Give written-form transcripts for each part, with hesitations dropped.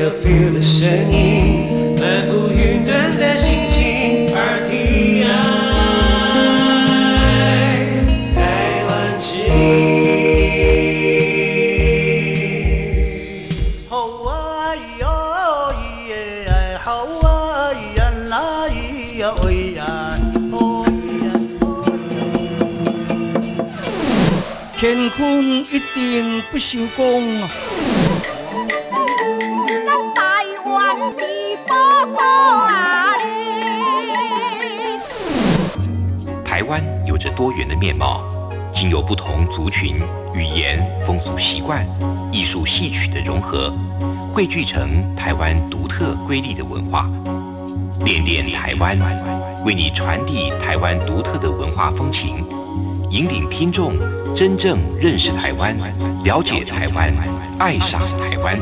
feel feel 的声音，漫步云端的心情 RTI 台湾之音。好啊哟耶，好啊呀啦呀喂呀，哦呀，乾坤一定不朽功啊！ 台湾有着多元的面貌，经由不同族群、语言、风俗习惯、艺术戏曲的融合，汇聚成台湾独特瑰丽的文化。恋恋台湾，为你传递台湾独特的文化风情，引领听众真正认识台湾，了解台湾，爱上台湾。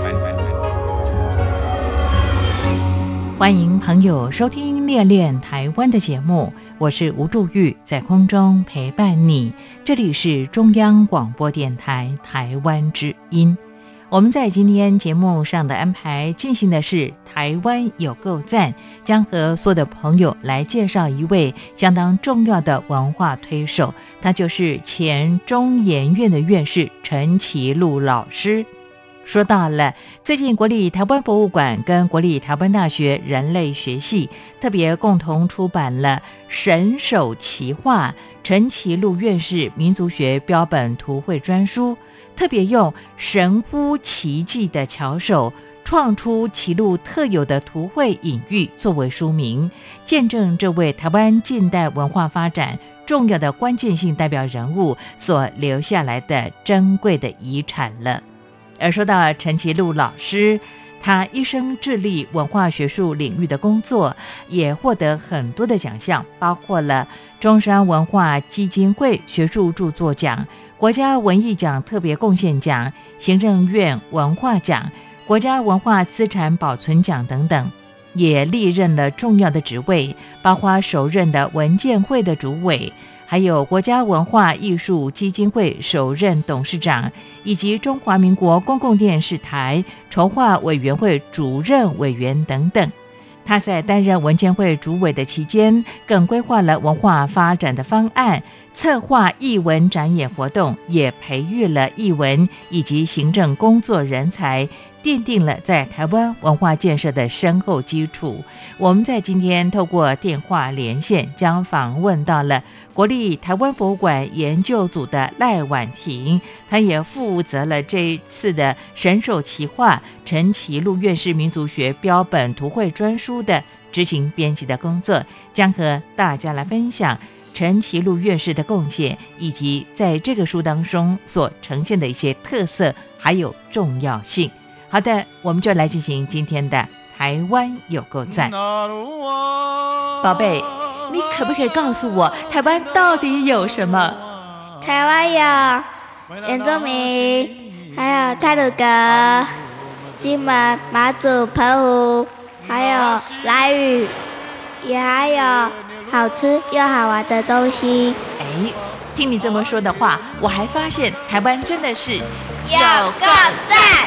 欢迎朋友收听《恋恋台湾》的节目，我是吴祝玉，在空中陪伴你。这里是中央广播电台台湾之音。我们在今天节目上的安排进行的是台湾有够赞，将和所有的朋友来介绍一位相当重要的文化推手，他就是前中研院的院士陈其禄老师。说到了最近国立台湾博物馆跟国立台湾大学人类学系特别共同出版了神手奇画陈其禄院士民族学标本图绘专书，特别用神乎其技的巧手创出其禄特有的图绘隐喻作为书名，见证这位台湾近代文化发展重要的关键性代表人物所留下来的珍贵的遗产了。而说到陈其禄老师，他一生致力文化学术领域的工作，也获得很多的奖项，包括了中山文化基金会学术著作奖、国家文艺奖特别贡献奖、行政院文化奖、国家文化资产保存奖等等，也历任了重要的职位，包括首任的文建会的主委，还有国家文化艺术基金会首任董事长，以及中华民国公共电视台筹划委员会主任委员等等。他在担任文建会主委的期间，更规划了文化发展的方案，策划艺文展演活动，也培育了艺文以及行政工作人才，奠定了在台湾文化建设的深厚基础。我们在今天透过电话连线，将访问到了国立台湾博物馆研究组的赖婉婷，她也负责了这一次的神手奇画陈其禄院士民族学标本图绘专书的执行编辑的工作，将和大家来分享陈其禄院士的贡献，以及在这个书当中所呈现的一些特色还有重要性。好的，我们就来进行今天的台湾有够赞。宝贝，你可不可以告诉我台湾到底有什么？ 台湾有原住民，还有太鲁阁、金门、马祖、澎湖，还有兰屿，也还有好吃又好玩的东西。 哎，听你这么说的话，我还发现台湾真的是有够赞！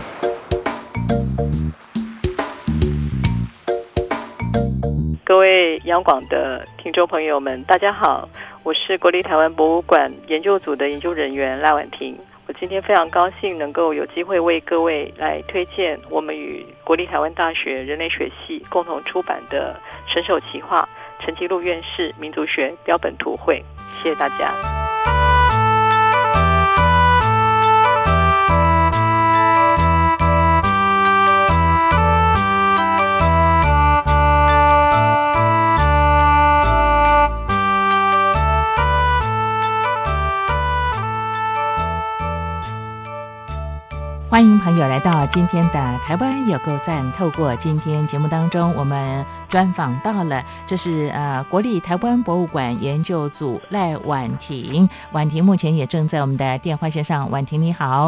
各位央广的听众朋友们，大家好，我是国立台湾博物馆研究组的研究人员赖婉婷。我今天非常高兴能够有机会为各位来推荐我们与国立台湾大学人类学系共同出版的神手奇画陈其禄院士民族学标本图绘。谢谢大家。 欢迎朋友来到今天的台湾有够赞。透过今天节目当中，我们专访到了这是国立台湾博物馆研究组赖婉婷。婉婷目前也正在我们的电话线上。婉婷你好。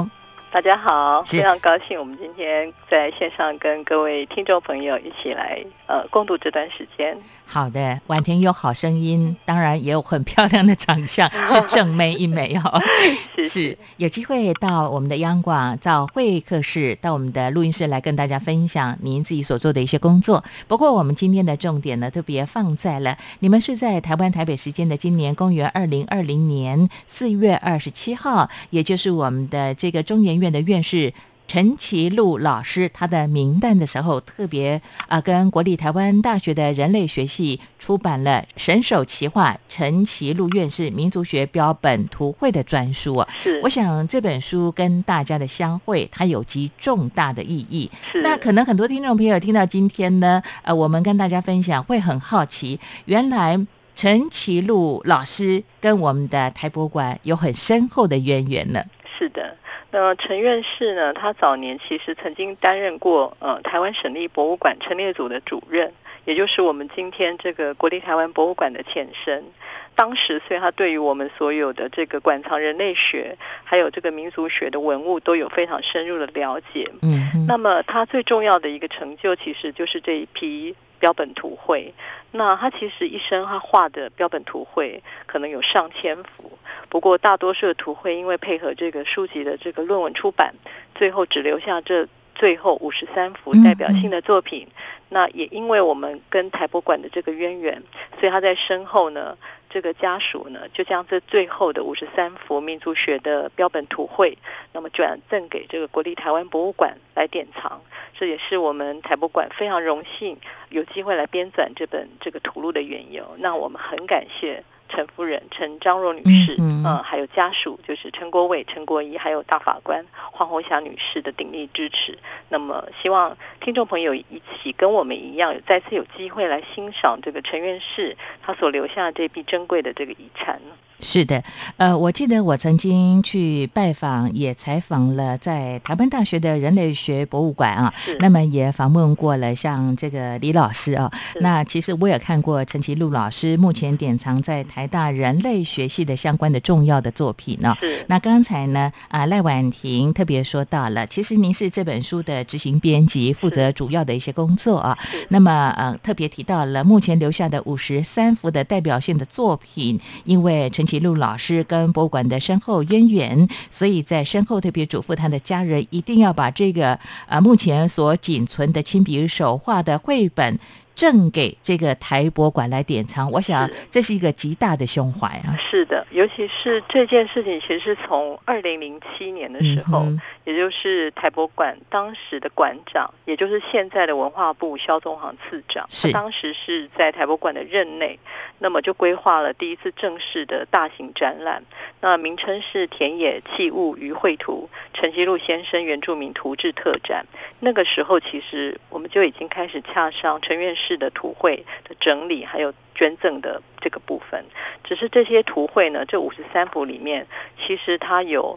大家好， 是非常高兴我们今天在线上跟各位听众朋友一起来共度这段时间。 好的，婉婷有好声音，当然也有很漂亮的长相，是正妹一枚哦。是有机会到我们的央广，到会客室，到我们的录音室来跟大家分享您自己所做的一些工作。不过我们今天的重点呢，特别放在了你们是在台湾台北时间的今年公元2020年4月27号，也就是我们的这个中研院的院士陈其禄老师他的名单的时候，特别跟国立台湾大学的人类学系出版了神手奇画陈其禄院士民族学标本图绘的专书。 是， 我想这本书跟大家的相会，它有极重大的意义。 是， 那可能很多听众朋友听到今天呢，我们跟大家分享会很好奇，原来陈其禄老师跟我们的台博馆有很深厚的渊源了。 是的，那陈院士呢，他早年其实曾经担任过台湾省立博物馆陈列组的主任，也就是我们今天这个国立台湾博物馆的前身。当时，所以他对于我们所有的这个馆藏人类学，还有这个民族学的文物都有非常深入的了解。那么他最重要的一个成就，其实就是这一批标本图绘。那他其实一生他画的标本图绘可能有上千幅，不过大多数的图绘因为配合这个书籍的这个论文出版，最后只留下这最后53幅代表性的作品。那也因为我们跟台博馆的这个渊源，所以他在身后呢，这个家属呢就将这最后的53幅民族学的标本图绘，那么转赠给这个国立台湾博物馆来典藏。这也是我们台博馆非常荣幸有机会来编纂这本这个图录的缘由。那我们很感谢陈夫人陈张若女士，还有家属，就是陈国伟、陈国仪，还有大法官黄红霞女士的鼎力支持。那么希望听众朋友一起跟我们一样，再次有机会来欣赏这个陈院士他所留下这批珍贵的这个遗产。 是的，我记得我曾经去拜访，也采访了在台湾大学的人类学博物馆啊，那么也访问过了像这个李老师啊。那其实我也看过陈其禄老师目前典藏在台大人类学系的相关的重要的作品呢。那刚才呢赖婉婷特别说到了，其实您是这本书的执行编辑，负责主要的一些工作啊。那么特别提到了目前留下的53幅的代表性的作品，因为陈其禄老师跟博物馆的深厚渊源，所以在身后特别嘱咐他的家人一定要把这个目前所仅存的亲笔手画的绘本赠给这个台博馆来典藏。我想这是一个极大的胸怀啊。 是的，尤其是这件事情其实是从2007年的时候，也就是台博馆当时的馆长，也就是现在的文化部萧宗煌次长，他当时是在台博馆的任内，那么就规划了第一次正式的大型展览，那名称是田野器物与绘图陈其禄先生原住民图志特展。那个时候其实我们就已经开始洽商陈院士的图绘的整理还有捐赠的这个部分。只是这些图绘呢，这53幅里面其实它有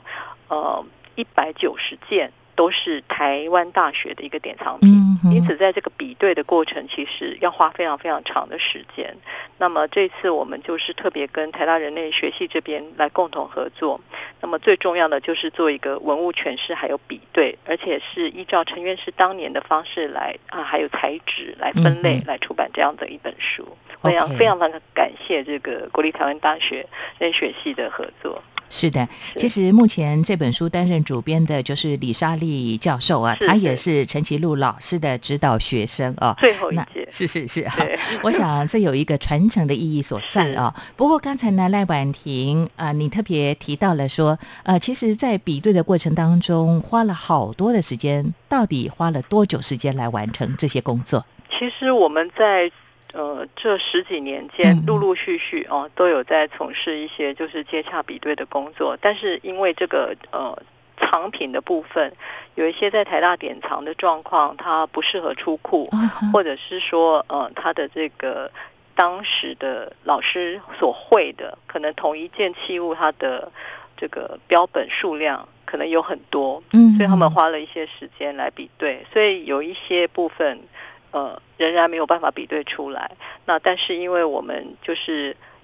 190件都是台湾大学的一个典藏品，因此在这个比对的过程其实要花非常非常长的时间。那么这次我们就是特别跟台大人类学系这边来共同合作，那么最重要的就是做一个文物诠释还有比对，而且是依照陈院士当年的方式来还有材质来分类来出版这样的一本书。非常非常的感谢这个国立台湾大学人类学系的合作。 是的，其实目前这本书担任主编的就是李莎莉教授啊，他也是陈其禄老师的指导学生啊， 最后一届。 是我想这有一个传承的意义所在啊。不过刚才呢，赖婉婷你特别提到了说，其实在比对的过程当中花了好多的时间，到底花了多久时间来完成这些工作？ 其实我们在这10几年间陆陆续续都有在从事一些就是接洽比对的工作，但是因为这个藏品的部分有一些在台大典藏的状况它不适合出库，或者是说它的这个当时的老师所绘的可能同一件器物它的这个标本数量可能有很多，所以他们花了一些时间来比对，所以有一些部分仍然没有办法比对出来。那但是因为我们就是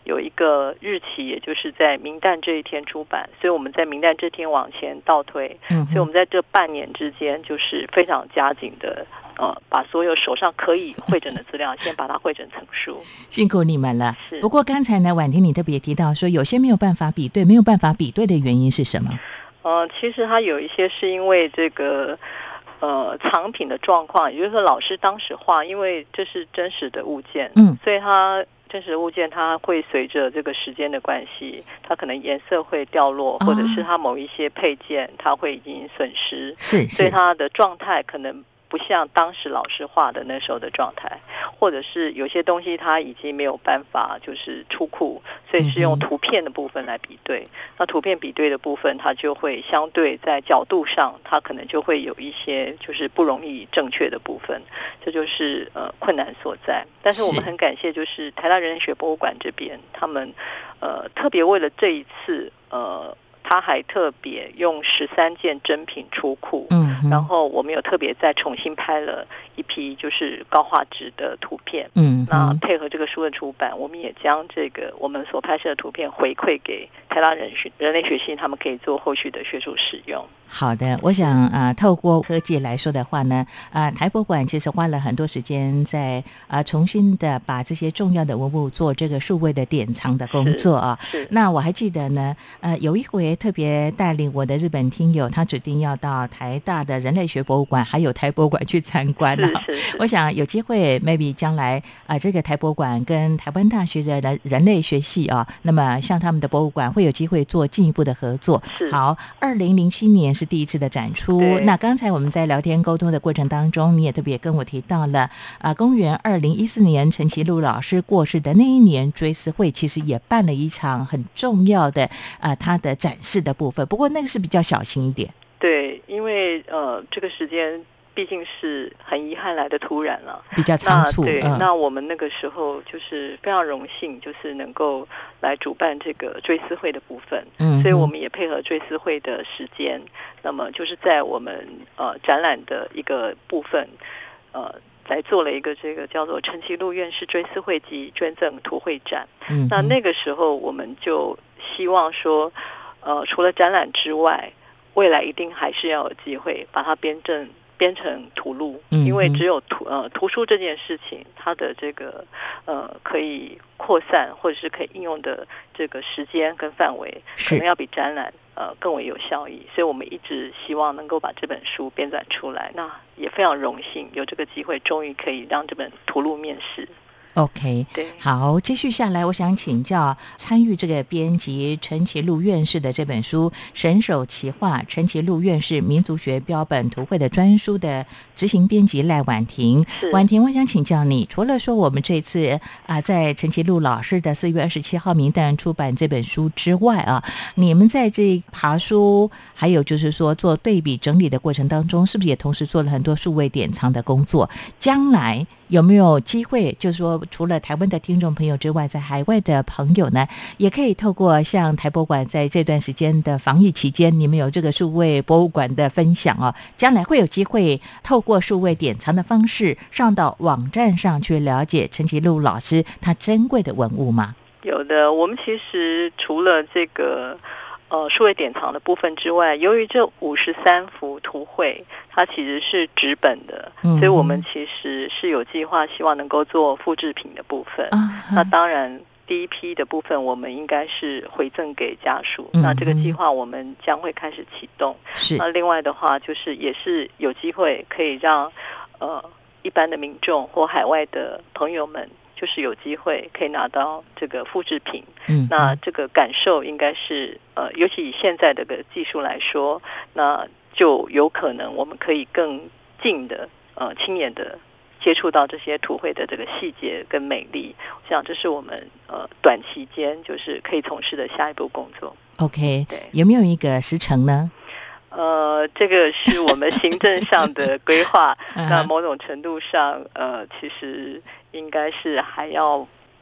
有一个日期，也就是在明旦这一天出版，所以我们在明旦这天往前倒推，所以我们在这半年之间就是非常加紧的把所有手上可以汇整的资料先把它汇整成书。 辛苦你们了。不过刚才呢，婉婷你特别提到说有些没有办法比对，没有办法比对的原因是什么？ 其实它有一些是因为这个藏品的状况，也就是说老师当时画，因为这是真实的物件，所以它真实的物件它会随着这个时间的关系，它可能颜色会掉落，或者是它某一些配件它会已经损失，所以它的状态可能不像当时老师画的那时候的状态，或者是有些东西它已经没有办法就是出库，所以是用图片的部分来比对。那图片比对的部分，它就会相对在角度上，它可能就会有一些就是不容易正确的部分，这就是困难所在。但是我们很感谢，就是台大人类学博物馆这边，他们特别为了这一次他还特别用13件真品出库，然后我们有特别再重新拍了一批就是高画质的图片，那配合这个书的出版，我们也将这个我们所拍摄的图片回馈给台大人类学系，他们可以做后续的学术使用。 好的，我想透过科技来说的话呢，台博馆其实花了很多时间在重新的把这些重要的文物做这个数位的典藏的工作啊。那我还记得呢，有一回特别带领我的日本听友，他指定要到台大的人类学博物馆还有台博馆去参观啊。我想有机会 maybe 将来这个台博馆跟台湾大学的人类学系啊，那么像他们的博物馆会有机会做进一步的合作。好，2007年是第一次的展出。那刚才我们在聊天沟通的过程当中，你也特别跟我提到了公元2014年陈其禄老师过世的那一年，追思会其实也办了一场很重要的他的展示的部分，不过那个是比较小心一点。 对，因为这个时间毕竟是很遗憾来的突然了， 比较仓促。 对，那我们那个时候就是非常荣幸，就是能够来主办这个追思会的部分，所以我们也配合追思会的时间，那么就是在我们展览的一个部分来做了一个这个叫做陈其禄院士追思会及捐赠图绘展。那个时候我们就希望说除了展览之外，未来一定还是要有机会把它编成图录，因为只有图书这件事情，它的这个可以扩散或者是可以应用的这个时间跟范围，可能要比展览更为有效益，所以我们一直希望能够把这本书编纂出来。那也非常荣幸有这个机会，终于可以让这本图录面世。 OK， 好，继续下来，我想请教参与这个编辑陈其禄院士的这本书《神手奇画：陈其禄院士民族学标本图绘》的专书的执行编辑赖婉婷。婉婷，我想请教你，除了说我们这次在陈其禄老师的4月27号明旦出版这本书之外你们在这爬书，还有就是说做对比整理的过程当中，是不是也同时做了很多数位典藏的工作？将来有没有机会，就是说除了台湾的听众朋友之外，在海外的朋友呢，也可以透过像台博馆在这段时间的防疫期间，你们有这个数位博物馆的分享将来会有机会透过数位典藏的方式上到网站上去了解陈其禄老师他珍贵的文物吗？ 有的，我们其实除了这个数位典藏的部分之外，由于这53幅图绘它其实是纸本的，所以我们其实是有计划希望能够做复制品的部分。那当然第一批的部分我们应该是回赠给家属，那这个计划我们将会开始启动。那另外的话就是也是有机会可以让一般的民众或海外的朋友们就是有机会可以拿到这个复制品，那这个感受应该是尤其以现在的个技术来说，那就有可能我们可以更近的亲眼的接触到这些图绘的这个细节跟美丽。我想这是我们短期间就是可以从事的下一步工作。 OK， 有没有一个时程呢？ 这个是我们行政上的规划那某种程度上其实应该是还要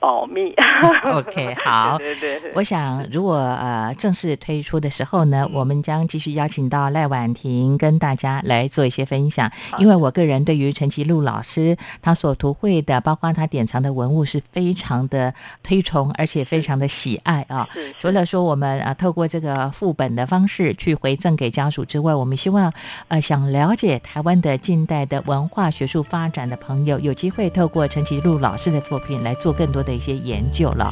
保密。 OK， 好， 对， 我想如果正式推出的时候呢，我们将继续邀请到赖婉婷跟大家来做一些分享。因为我个人对于陈其禄老师他所图绘的，包括他典藏的文物是非常的推崇，而且非常的喜爱啊。除了说我们透过这个副本的方式去回赠给家属之外，我们希望想了解台湾的近代的文化学术发展的朋友，有机会透过陈其禄老师的作品来做更多的一些研究了。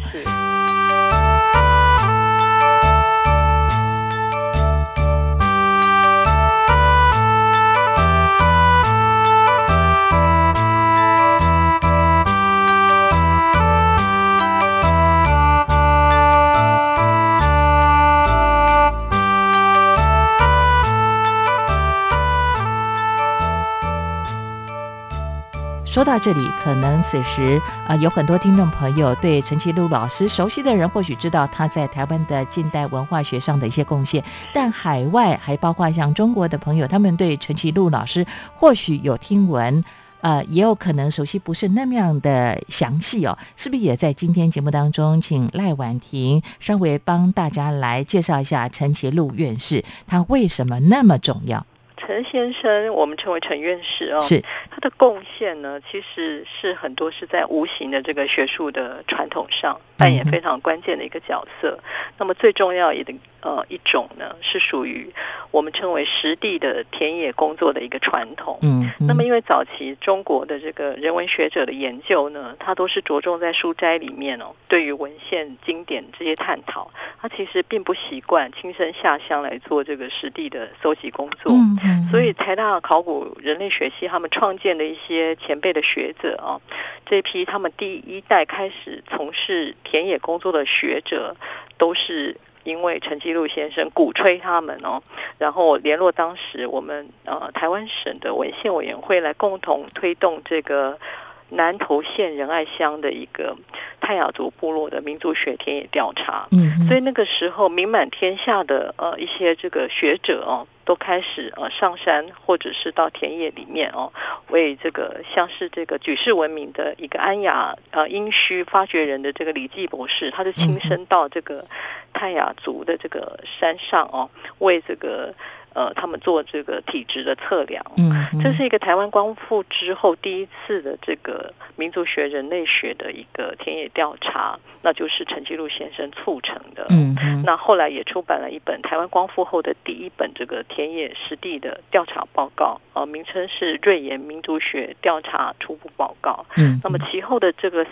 说到这里，可能此时有很多听众朋友对陈其禄老师熟悉的人，或许知道他在台湾的近代文化学上的一些贡献，但海外还包括像中国的朋友，他们对陈其禄老师或许有听闻，也有可能熟悉不是那么样的详细哦。是不是也在今天节目当中，请赖婉婷稍微帮大家来介绍一下陈其禄院士，他为什么那么重要？ 陈先生，我们称为陈院士哦， 是他的贡献呢，其实是很多是在无形的这个学术的传统上扮演非常关键的一个角色。那么最重要的一种呢，是属于我们称为实地的田野工作的一个传统。那么因为早期中国的这个人文学者的研究呢，它都是着重在书斋里面哦，对于文献经典这些探讨，他其实并不习惯亲身下乡来做这个实地的搜集工作。所以台大考古人类学系他们创建的一些前辈的学者啊，这批他们第一代开始从事田野工作的学者，都是因为陈其禄先生鼓吹他们哦，然后联络当时我们台湾省的文献委员会来共同推动这个南投县仁爱乡的一个泰雅族部落的民族学田野调查。所以那个时候名满天下的一些这个学者哦，都开始上山或者是到田野里面哦，为这个像是这个举世闻名的一个安雅殷墟发掘人的这个李济博士，他就亲身到这个泰雅族的这个山上哦，为这个他们做这个体质的测量。这是一个台湾光复之后第一次的这个民族学人类学的一个田野调查，那就是陈其禄先生促成的。那后来也出版了一本台湾光复后的第一本这个田野实地的调查报告，名称是瑞岩民族学调查初步报告。那么其后的这个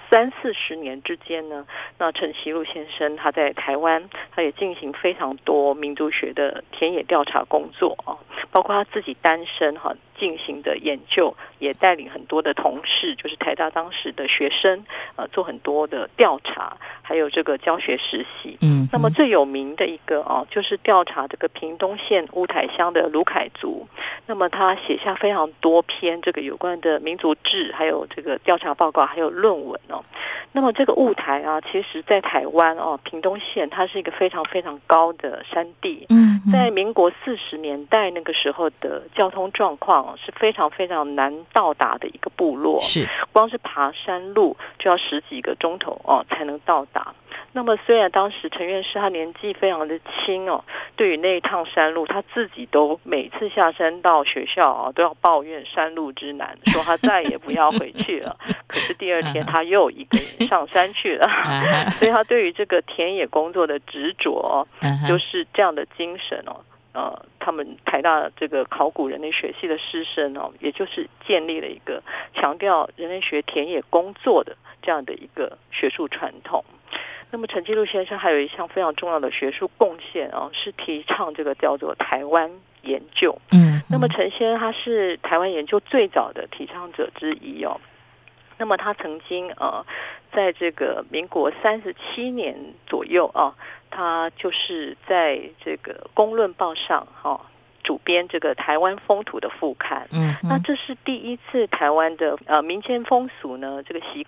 30-40年之间呢，那陈其禄先生他在台湾，他也进行非常多民族学的田野调查工作包括他自己单身进行的研究，也带领很多的同事，就是台大当时的学生做很多的调查，还有这个教学实习。那么最有名的一个就是调查这个屏东县乌台乡的卢凯族。那么他写下非常多篇这个有关的民族志，还有这个调查报告，还有论文那么这个雾台其实在台湾屏东县它是一个非常非常高的山地。在民国40年代那个时候的交通状况是非常非常难到达的一个部落，是光是爬山路就要10几个钟头才能到达。那么虽然当时陈院士他年纪非常的轻对于那一趟山路，他自己都每次下山到学校都要抱怨山路之难，说他再也不要回去了。可是第二天他又一个人上山去了。所以他对于这个田野工作的执着就是这样的精神他们台大这个考古人类学系的师生也就是建立了一个强调人类学田野工作的这样的一个学术传统。那么陈其禄先生还有一项非常重要的学术贡献是提倡这个叫做台湾研究。那么陈先生他是台湾研究最早的提倡者之一那么他曾经在这个民国37年左右他就是在这个《公论报》上主编这个台湾风土的副刊。那这是第一次台湾的民间风俗呢这个习惯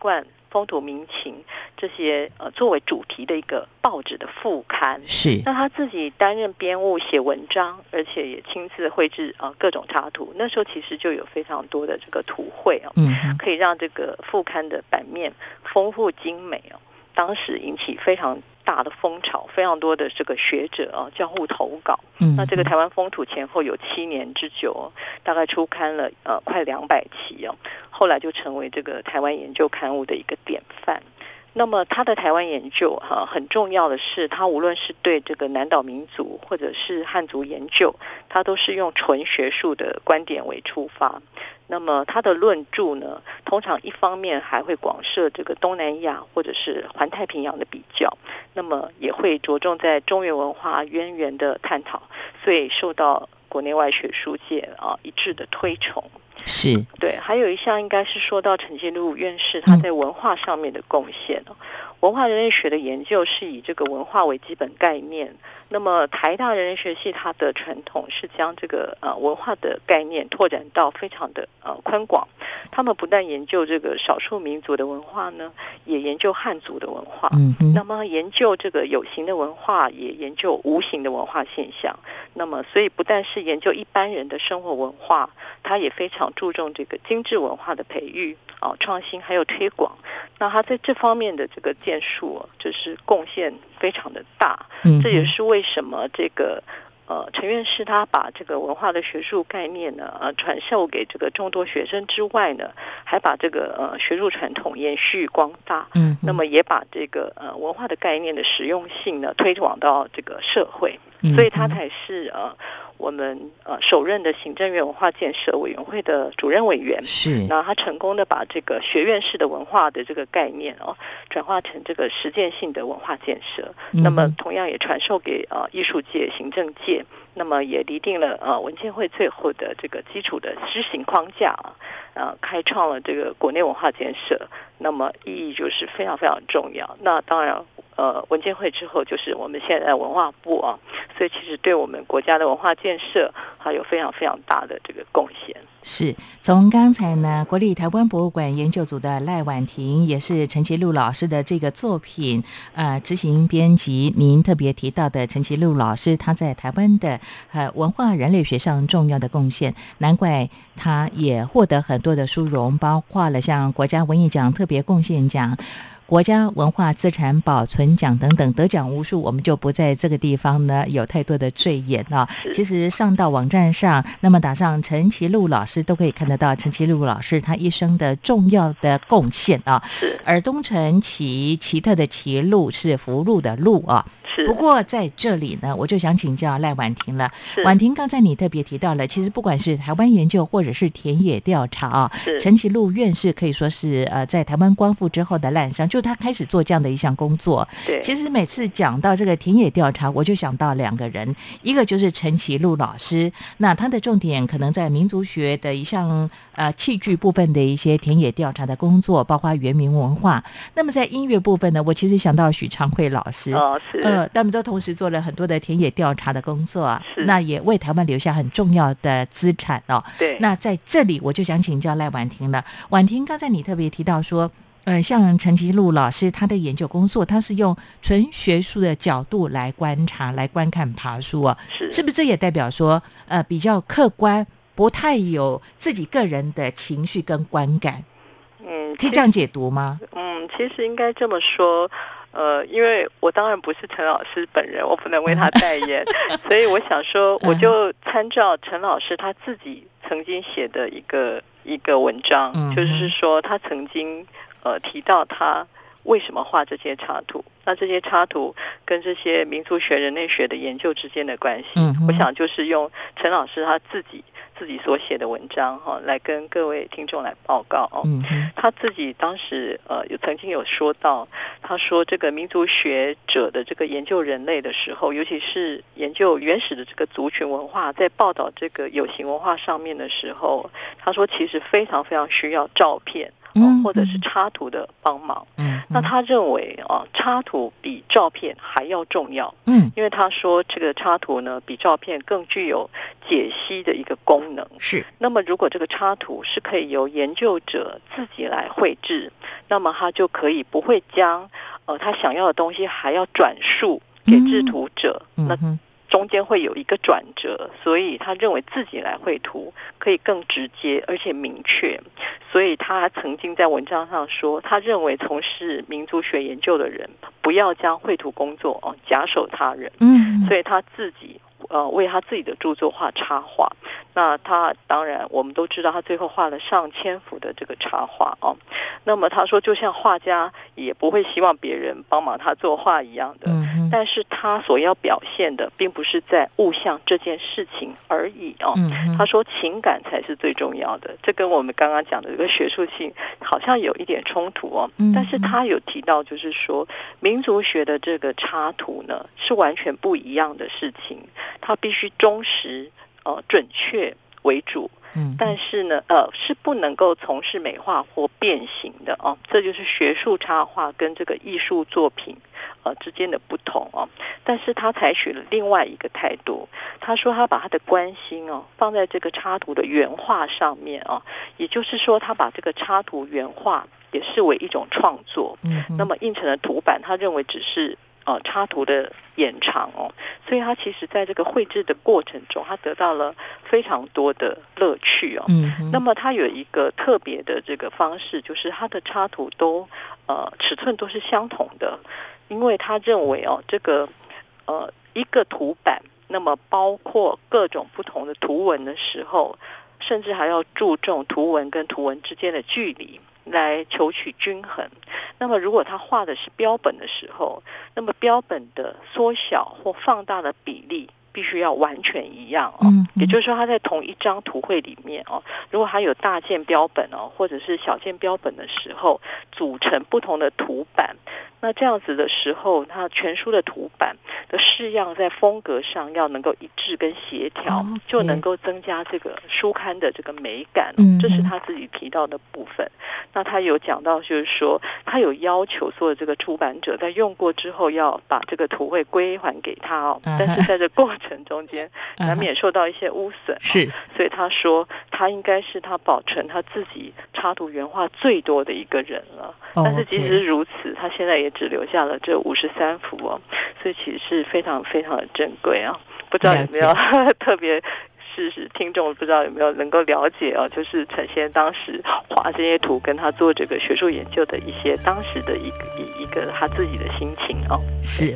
风土民情这些作为主题的一个报纸的副刊。 是， 那他自己担任编务写文章，而且也亲自绘制各种插图。那时候其实就有非常多的这个图绘可以让这个副刊的版面丰富精美当时引起非常大的风潮，非常多的这个学者交互投稿。那这个台湾风土前后有7年之久大概出刊了快200期后来就成为这个台湾研究刊物的一个典范。那么他的台湾研究很重要的是，他无论是对这个南岛民族或者是汉族研究，他都是用纯学术的观点为出发。那么他的论著呢，通常一方面还会广设这个东南亚或者是环太平洋的比较，那么也会着重在中原文化渊源的探讨，所以受到国内外学术界一致的推崇。 是， 对，还有一项应该是说到陈其禄院士他在文化上面的贡献文化人类学的研究是以这个文化为基本概念，那么台大人类学系它的传统是将这个文化的概念拓展到非常的宽广。他们不但研究这个少数民族的文化呢，也研究汉族的文化。那么研究这个有形的文化，也研究无形的文化现象。那么所以不但是研究一般人的生活文化，他也非常注重这个精致文化的培育创新还有推广。那他在这方面的这个建树就是贡献非常的大。这也是为什么这个陈院士他把这个文化的学术概念呢传授给这个众多学生之外呢，还把这个学术传统延续光大。那么也把这个文化的概念的实用性呢推广到这个社会。所以他才是我们首任的行政院文化建设委员会的主任委员。是，那他成功的把这个学院式的文化的这个概念转化成这个实践性的文化建设。那么同样也传授给艺术界、行政界，那么也拟定了文建会最后的这个基础的施行框架开创了这个国内文化建设。那么意义就是非常非常重要。那当然文建会之后就是我们现在的文化部所以其实对我们国家的文化建设还有非常非常大的这个贡献。 是，从刚才呢国立台湾博物馆研究组的赖婉婷，也是陈其禄老师的这个作品执行编辑，您特别提到的陈其禄老师他在台湾的文化人类学上重要的贡献，难怪他也获得很多的殊荣，包括了像国家文艺奖特别贡献奖、国家文化资产保存奖等等，得奖无数，我们就不在这个地方呢有太多的赘言其实上到网站上，那么打上陈其禄老师都可以看得到陈其禄老师他一生的重要的贡献而东陈奇特的奇禄是福禄的禄不过在这里呢，我就想请教赖婉婷了。婉婷，刚才你特别提到了，其实不管是台湾研究或者是田野调查陈其禄院士可以说是在台湾光复之后的滥觞，就他开始做这样的一项工作。对，其实每次讲到这个田野调查，我就想到2个人，一个就是陈其禄老师，那他的重点可能在民族学的一项器具部分的一些田野调查的工作，包括原民文化。那么在音乐部分呢，我其实想到许昌惠老师他们都同时做了很多的田野调查的工作那也为台湾留下很重要的资产对，那在这里我就想请教赖婉婷了。婉婷，刚才你特别提到说像陈其禄老师他的研究工作，他是用纯学术的角度来观察、来观看爬书是不是这也代表说比较客观，不太有自己个人的情绪跟观感？可以这样解读吗？ 其实应该这么说。因为我当然不是陈老师本人，我不能为他代言所以我想说我就参照陈老师他自己曾经写的一个文章就是说他曾经提到他为什么画这些插图，那这些插图跟这些民族学、人类学的研究之间的关系我想就是用陈老师他自己所写的文章来跟各位听众来报告他自己当时曾经有说到，他说这个民族学者的这个研究人类的时候，尤其是研究原始的这个族群文化，在报道这个有形文化上面的时候，他说其实非常非常需要照片或者是插图的帮忙那他认为插图比照片还要重要，因为他说这个插图呢比照片更具有解析的一个功能。 是， 那么如果这个插图是可以由研究者自己来绘制，那么他就可以不会将他想要的东西还要转述给制图者，那中间会有一个转折，所以他认为自己来绘图可以更直接而且明确。所以他曾经在文章上说，他认为从事民族学研究的人不要将绘图工作假手他人，所以他自己为他自己的著作画插画。那他当然我们都知道他最后画了上千幅的这个插画那么他说就像画家也不会希望别人帮忙他作画一样的，但是他所要表现的并不是在物象这件事情而已他说情感才是最重要的。这跟我们刚刚讲的这个学术性好像有一点冲突但是他有提到就是说民族学的这个插图呢是完全不一样的事情，它必须忠实准确为主，但是呢是不能够从事美化或变形的这就是学术插画跟这个艺术作品之间的不同但是他采取了另外一个态度，他说他把他的关心放在这个插图的原画上面也就是说他把这个插图原画也视为一种创作，那么印成的图版他认为只是插图的延长所以他其实在这个绘制的过程中他得到了非常多的乐趣那么他有一个特别的这个方式，就是他的插图都尺寸都是相同的，因为他认为这个一个图版那么包括各种不同的图文的时候，甚至还要注重图文跟图文之间的距离来求取均衡。那么如果他画的是标本的时候，那么标本的缩小或放大的比例必须要完全一样也就是说他在同一张图绘里面如果他有大件标本或者是小件标本的时候，组成不同的图版，那这样子的时候他全书的图版的式样在风格上要能够一致跟协调就能够增加这个书刊的这个美感这是他自己提到的部分。那他有讲到就是说他有要求所有这个出版者在用过之后要把这个图绘归还给他但是在这过程中间难免受到一些污损是， 所以他说他应该是他保存他自己插图原画最多的一个人了但是即使是如此他现在也只留下了这53幅所以其实是非常非常的珍贵不知道有没有特别是听众不知道有没有能够了解就是陈先生当时画这些图跟他做这个学术研究的一些当时的一个他自己的心情是。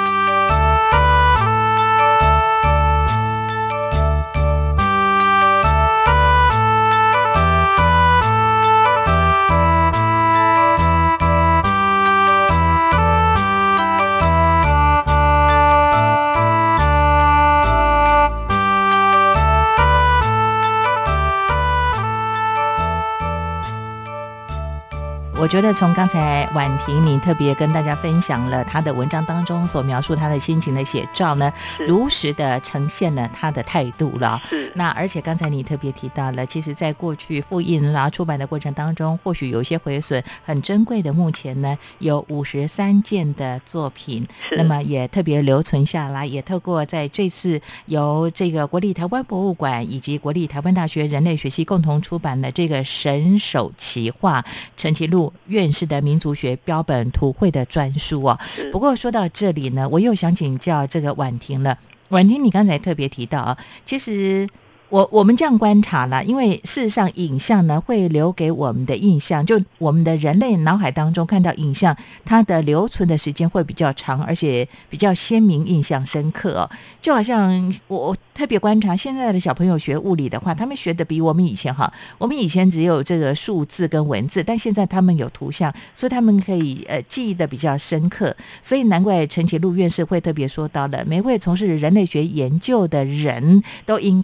我觉得从刚才婉婷你特别跟大家分享了他的文章当中所描述他的心情的写照呢，如实的呈现了他的态度了。那而且刚才你特别提到了，其实在过去复印啦出版的过程当中或许有一些毁损，很珍贵的目前呢有53件的作品，那么也特别留存下来，也透过在这次由这个国立台湾博物馆以及国立台湾大学人类学系共同出版的这个神手奇画陈其禄院士的民族学标本图绘的专书不过说到这里呢，我又想请教这个婉婷了。婉婷，你刚才特别提到其实我们这样观察了，因为事实上影像呢会留给我们的印象，就我们的人类脑海当中看到影像，它的留存的时间会比较长，而且比较鲜明，印象深刻就好像我特别观察现在的小朋友学物理的话，他们学的比我们以前好。我们以前只有这个数字跟文字，但现在他们有图像，所以他们可以记忆的比较深刻。所以难怪陈其禄院士会特别说到了，每位从事人类学研究的人都应该要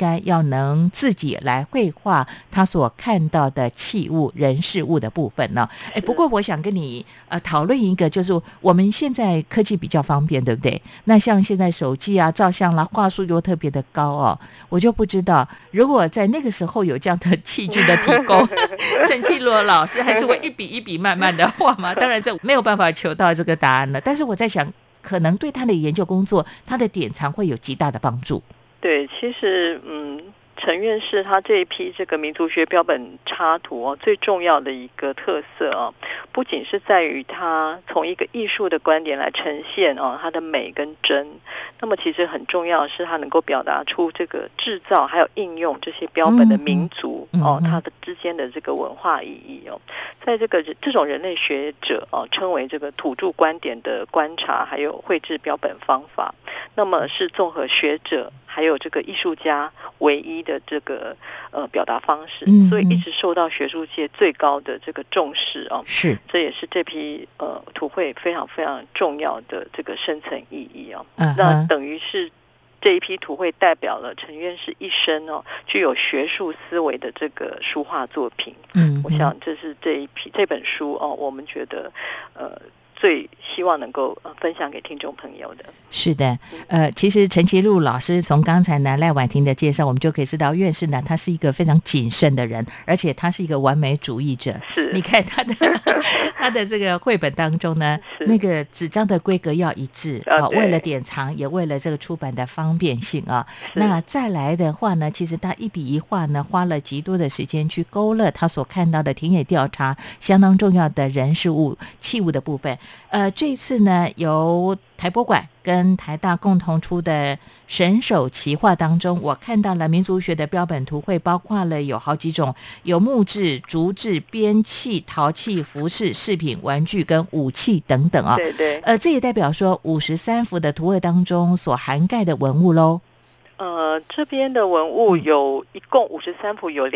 能自己来绘画他所看到的器物、人事物的部分呢。不过我想跟你讨论一个，就是我们现在科技比较方便，对不对？那像现在手机啊、照相啦，画素又特别的高哦，我就不知道如果在那个时候有这样的器具的提供，陈绮罗老师还是会一笔一笔慢慢的画吗？当然这没有办法求到这个答案了，但是我在想，可能对他的研究工作，他的典藏会有极大的帮助。 对，其实陈院士他这一批这个民族学标本插图最重要的一个特色不仅是在于他从一个艺术的观点来呈现它的美跟真，那么其实很重要的是他能够表达出这个制造还有应用这些标本的民族它的之间的这个文化意义在这种人类学者称为这个土著观点的观察还有绘制标本方法，那么是综合学者还有这个艺术家唯一的这个表达方式，所以一直受到学术界最高的这个重视是， 这也是这批图绘非常非常重要的这个深层意义那等于是这一批图绘代表了陈院士一生具有学术思维的这个书画作品。我想这是这本书我们觉得最希望能够分享给听众朋友的。 是的，其实陈其禄老师从刚才呢赖婉婷的介绍，我们就可以知道院士呢他是一个非常谨慎的人，而且他是一个完美主义者。 是， 你看他的这个绘本当中呢，那个纸张的规格要一致为了典藏，也为了这个出版的方便性那再来的话呢，其实他一笔一画呢，花了极多的时间去勾勒他所看到的田野调查相当重要的人事物器物的部分。这一次呢，由台博馆跟台大共同出的神手奇画当中，我看到了民族学的标本图绘，包括了有好几种，有木质、竹制、编器、陶器、服饰、饰品、玩具跟武器等等对对。 这也代表说53幅的图绘当中所涵盖的文物咯。 这边的文物有一共53幅，有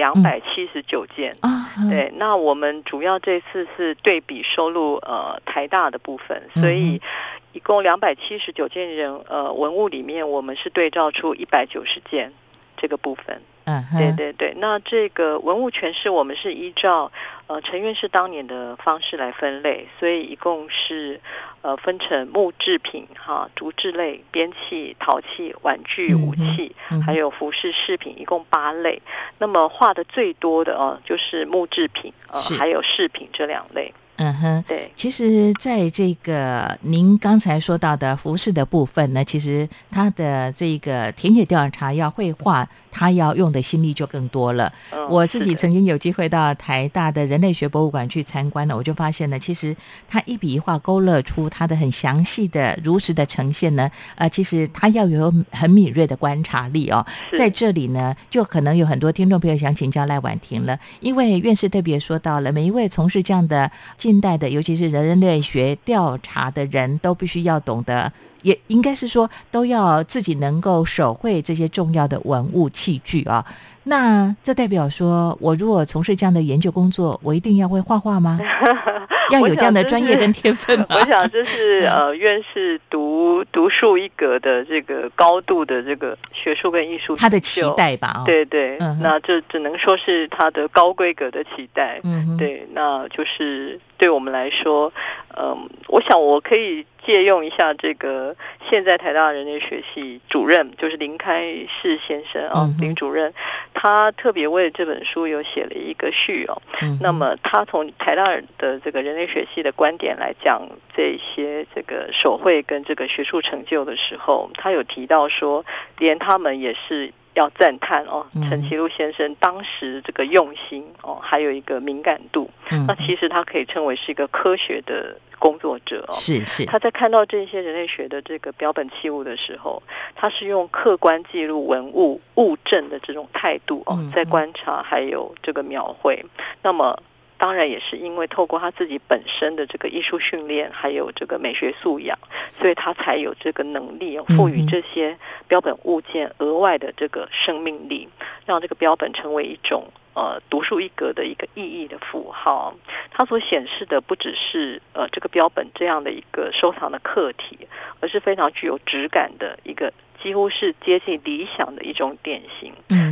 279件对，那我们主要这次是对比收录台大的部分，所以一共279件文物里面，我们是对照出190件这个部分。对对对，那这个文物诠释我们是依照陈院士当年的方式来分类，所以一共是分成木制品竹制类、编器、陶器、玩具、武器还有服饰饰品，一共8类。那么画的最多的就是木制品还有饰品这2类。对， 其实在这个您刚才说到的服饰的部分呢，其实它的这个田野调查要绘画，它要用的心力就更多了。我自己曾经有机会到台大的人类学博物馆去参观了，我就发现呢，其实它一笔一画勾勒出它的很详细的如实的呈现呢，其实它要有很敏锐的观察力在这里呢，就可能有很多听众朋友想请教赖婉婷了，因为院士特别说到了，每一位从事这样的近代的，尤其是人类学调查的人，都必须要懂得，也应该是说都要自己能够手绘这些重要的文物器具那这代表说，我如果从事这样的研究工作，我一定要会画画吗？要有这样的专业跟天分吗？ 我想这是院士独树一格的这个高度的这个学术跟艺术他的期待吧对对，那这只能说是他的高规格的期待。对，那就是对我们来说我想我可以借用一下这个现在台大人类学系主任，就是林开士先生林主任，他特别为这本书有写了一个序那么他从台大的这个人类学系的观点来讲这些这个手绘跟这个学术成就的时候，他有提到说，连他们也是要赞叹陈其禄先生当时这个用心还有一个敏感度。那其实他可以称为是一个科学的工作者是他在看到这些人类学的这个标本器物的时候，他是用客观记录文物物证的这种态度在观察还有这个描绘。那么当然也是因为透过他自己本身的这个艺术训练还有这个美学素养，所以他才有这个能力赋予这些标本物件额外的这个生命力，让这个标本成为一种独树一格的一个意义的符号。它所显示的不只是这个标本这样的一个收藏的课题，而是非常具有质感的一个几乎是接近理想的一种典型。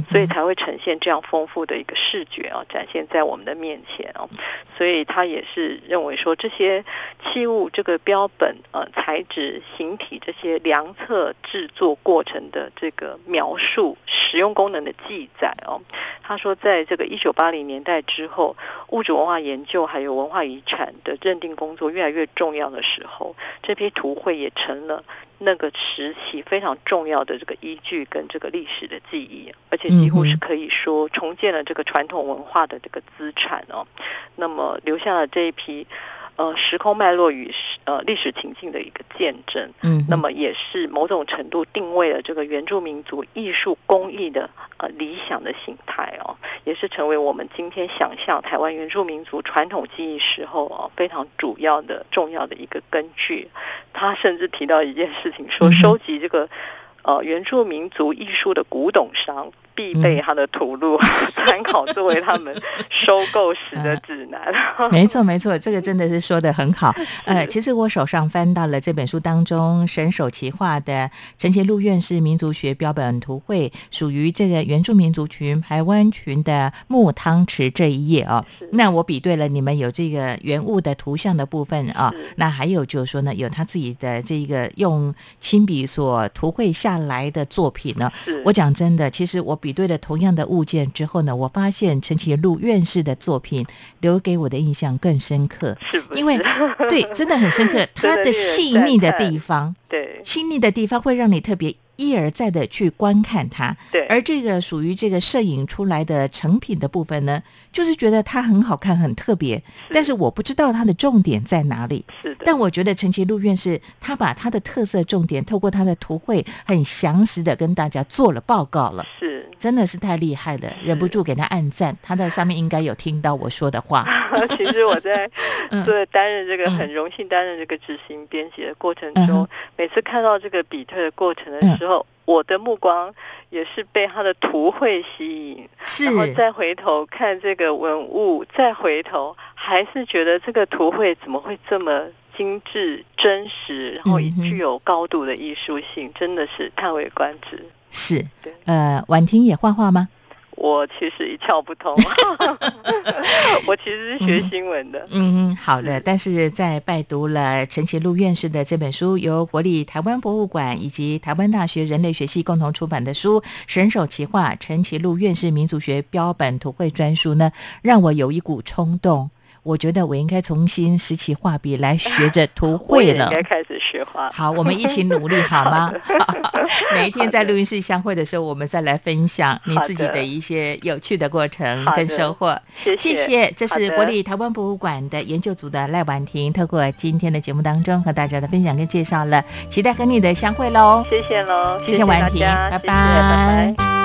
所以才会呈现这样丰富的一个视觉展现在我们的面前所以他也是认为说这些器物这个标本材质形体这些量测制作过程的这个描述使用功能的记载他说在这个1980年代之后，物质文化研究还有文化遗产的认定工作越来越重要的时候，这批图绘也成了那个时期非常重要的这个依据跟这个历史的记忆，而且几乎是可以说重建了这个传统文化的这个资产那么留下了这一批时空脉络与历史情境的一个见证，那么也是某种程度定位了这个原住民族艺术工艺的理想的形态也是成为我们今天想象台湾原住民族传统技艺时候非常主要的重要的一个根据。他甚至提到一件事情，说收集这个原住民族艺术的古董商必备他的图录参考作为他们收购时的指南没错没错，这个真的是说得很好其实我手上翻到了这本书当中沈守其画的陈其禄院士民族学标本图绘，属于这个原住民族群排湾群的木汤匙这一页那我比对了你们有这个原物的图像的部分那还有就是说呢有他自己的这个用亲笔所图绘下来的作品呢我讲真的，其实我比对了同样的物件之后呢，我发现陈其禄院士的作品留给我的印象更深刻， 是不是？ 因为对，真的很深刻，它的细腻的地方， 对， 细腻的地方会让你特别一而再的去观看它。 对， 而这个属于这个摄影出来的成品的部分呢，就是觉得它很好看，很特别，但是我不知道它的重点在哪里。 是的， 但我觉得陈其禄院士他把他的特色重点透过他的图绘很详实的跟大家做了报告了， 是真的是太厉害了，忍不住给他按赞。他在上面应该有听到我说的话其实我在担任这个很荣幸担任这个执行编辑的过程中每次看到这个比对的过程的时候我的目光也是被他的图绘吸引，然后再回头看这个文物，再回头还是觉得这个图绘怎么会这么精致真实，然后具有高度的艺术性，真的是叹为观止。 是婉婷也画画吗？ 我其实一窍不通我其实是学新闻的好的，但是在拜读了陈其禄院士的这本书，由国立台湾博物馆以及台湾大学人类学系共同出版的书《沈守其画陈其禄院士民族学标本图绘专书》呢，让我有一股冲动，我觉得我应该重新拾起画笔来学着图绘了。 我也应该开始学画。 好，我们一起努力好吗？哪一天在录音室相会的时候，我们再来分享你自己的一些有趣的过程跟收获。谢谢。这是国立台湾博物馆的研究组的赖婉婷，透过今天的节目当中和大家的分享跟介绍了，期待和你的相会喽。 谢谢喽， 谢谢婉婷，拜拜， 拜拜。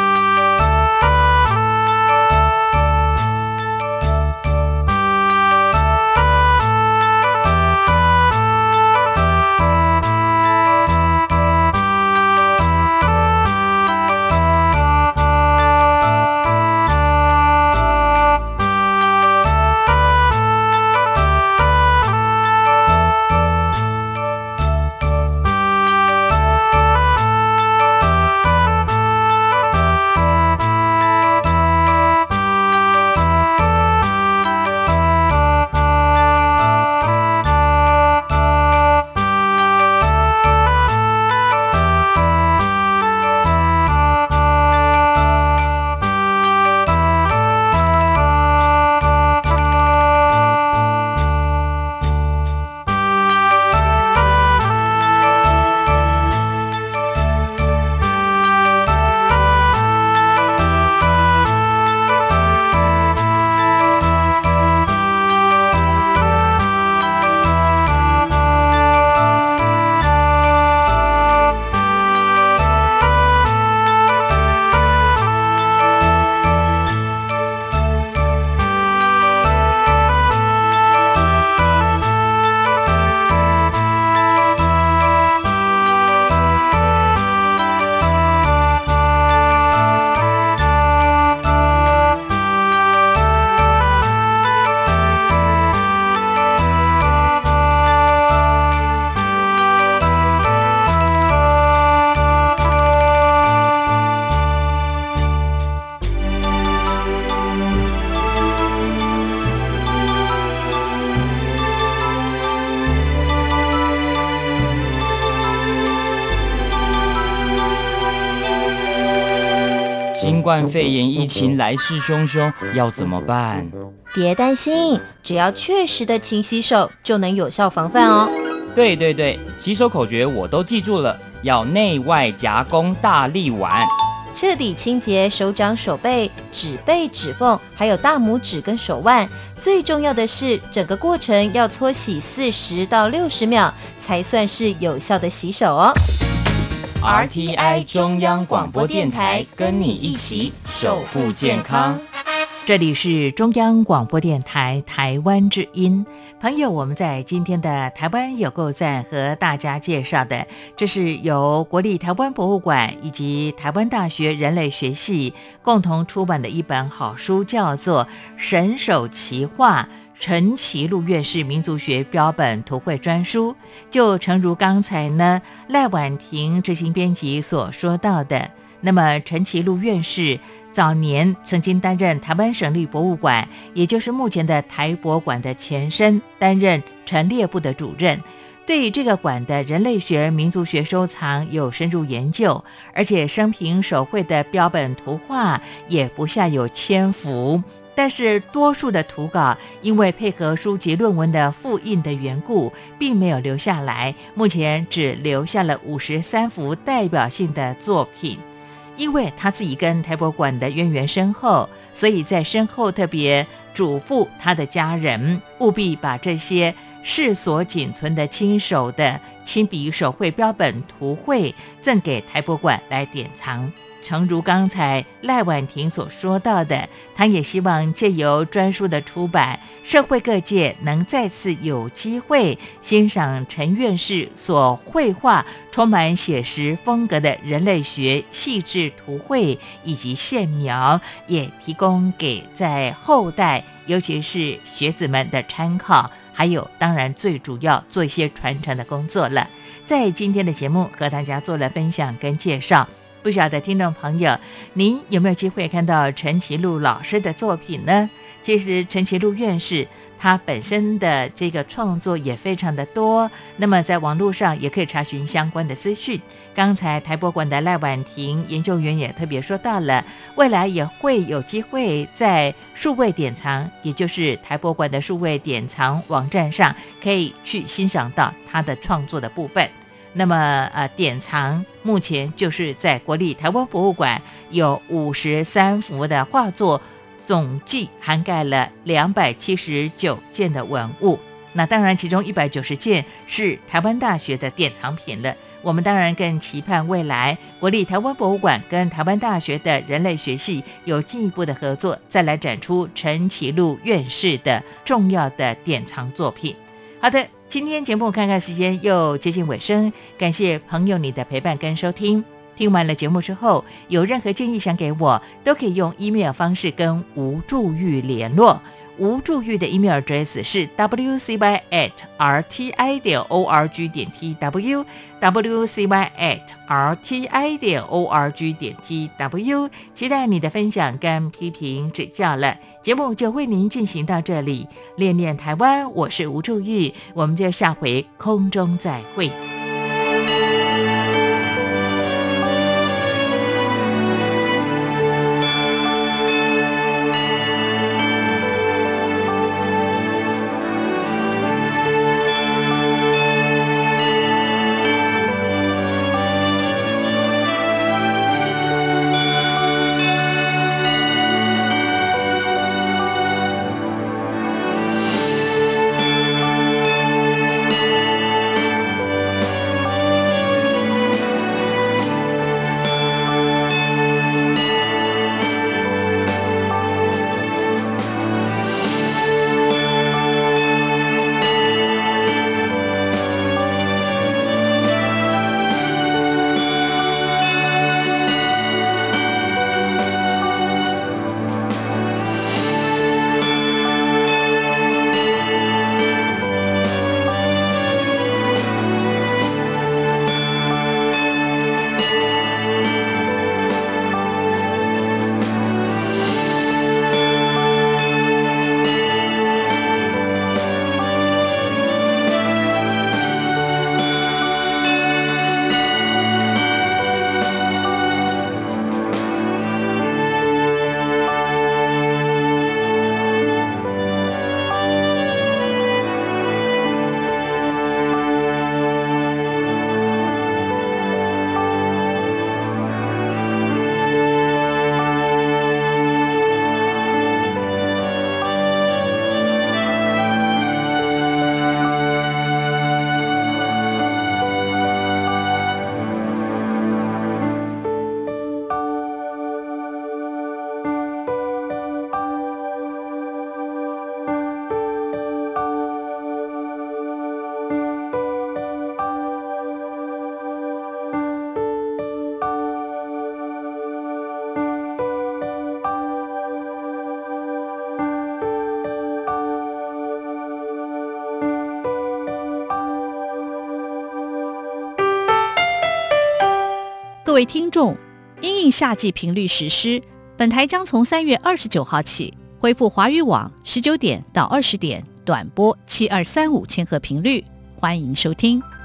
新冠肺炎疫情来势汹汹，要怎么办？ 别担心，只要确实的勤洗手，就能有效防范哦。 对，洗手口诀我都记住了，要内外夹攻大力碗， 彻底清洁手掌、手背、指背、指缝，还有大拇指跟手腕。最重要的是，整个过程要搓洗40到60秒，才算是有效的洗手哦。 RTI 中央广播电台，跟你一起守护健康。 这里是中央广播电台台湾之音。朋友，我们在今天的台湾有够赞和大家介绍的，这是由国立台湾博物馆以及台湾大学人类学系共同出版的一本好书，叫做《神手奇画陈其禄院士民族学标本图绘专书》。就诚如刚才呢赖婉婷执行编辑所说到的，那么陈其禄院士早年曾经担任台湾省立博物馆，也就是目前的台博馆的前身，担任陈列部的主任，对这个馆的人类学、民族学收藏有深入研究，而且生平手绘的标本图画也不下有1000幅。但是多数的图稿因为配合书籍论文的复印的缘故，并没有留下来，目前只留下了53幅代表性的作品。因为他自己跟台博馆的渊源深厚，所以在身后特别嘱咐他的家人，务必把这些世所仅存的亲手的亲笔手绘标本图绘赠给台博馆来典藏。诚如刚才赖婉婷所说到的，他也希望借由专书的出版，社会各界能再次有机会欣赏陈院士所绘画充满写实风格的人类学细致图绘以及线描，也提供给在后代尤其是学子们的参考，还有当然最主要做一些传承的工作了。在今天的节目和大家做了分享跟介绍，不晓得听众朋友您有没有机会看到陈其禄老师的作品呢？其实陈其禄院士他本身的这个创作也非常的多，那么在网络上也可以查询相关的资讯。刚才台博馆的赖婉婷研究员也特别说到了，未来也会有机会在数位典藏，也就是台博馆的数位典藏网站上，可以去欣赏到他的创作的部分。那么典藏目前就是在国立台湾博物馆有53幅的画作，总计涵盖了279件的文物。那当然其中190件是台湾大学的典藏品了。我们当然更期盼未来国立台湾博物馆跟台湾大学的人类学系有进一步的合作，再来展出陈其禄院士的重要的典藏作品。好的，今天节目看看时间又接近尾声，感谢朋友你的陪伴跟收听。听完了节目之后，有任何建议想给我，都可以用 email 方式跟吴祝玉联络。吴祝玉的 email address 是 wcy@rti.org.tw wcy@rti.org.tw， 期待你的分享跟批评指教了。节目就为您进行到这里，恋恋台湾，我是吴祝玉，我们就下回空中再会。 各位听众，因应夏季频率实施，本台将从3月29号起恢复华语网19点到20点短波7235千赫频率，欢迎收听。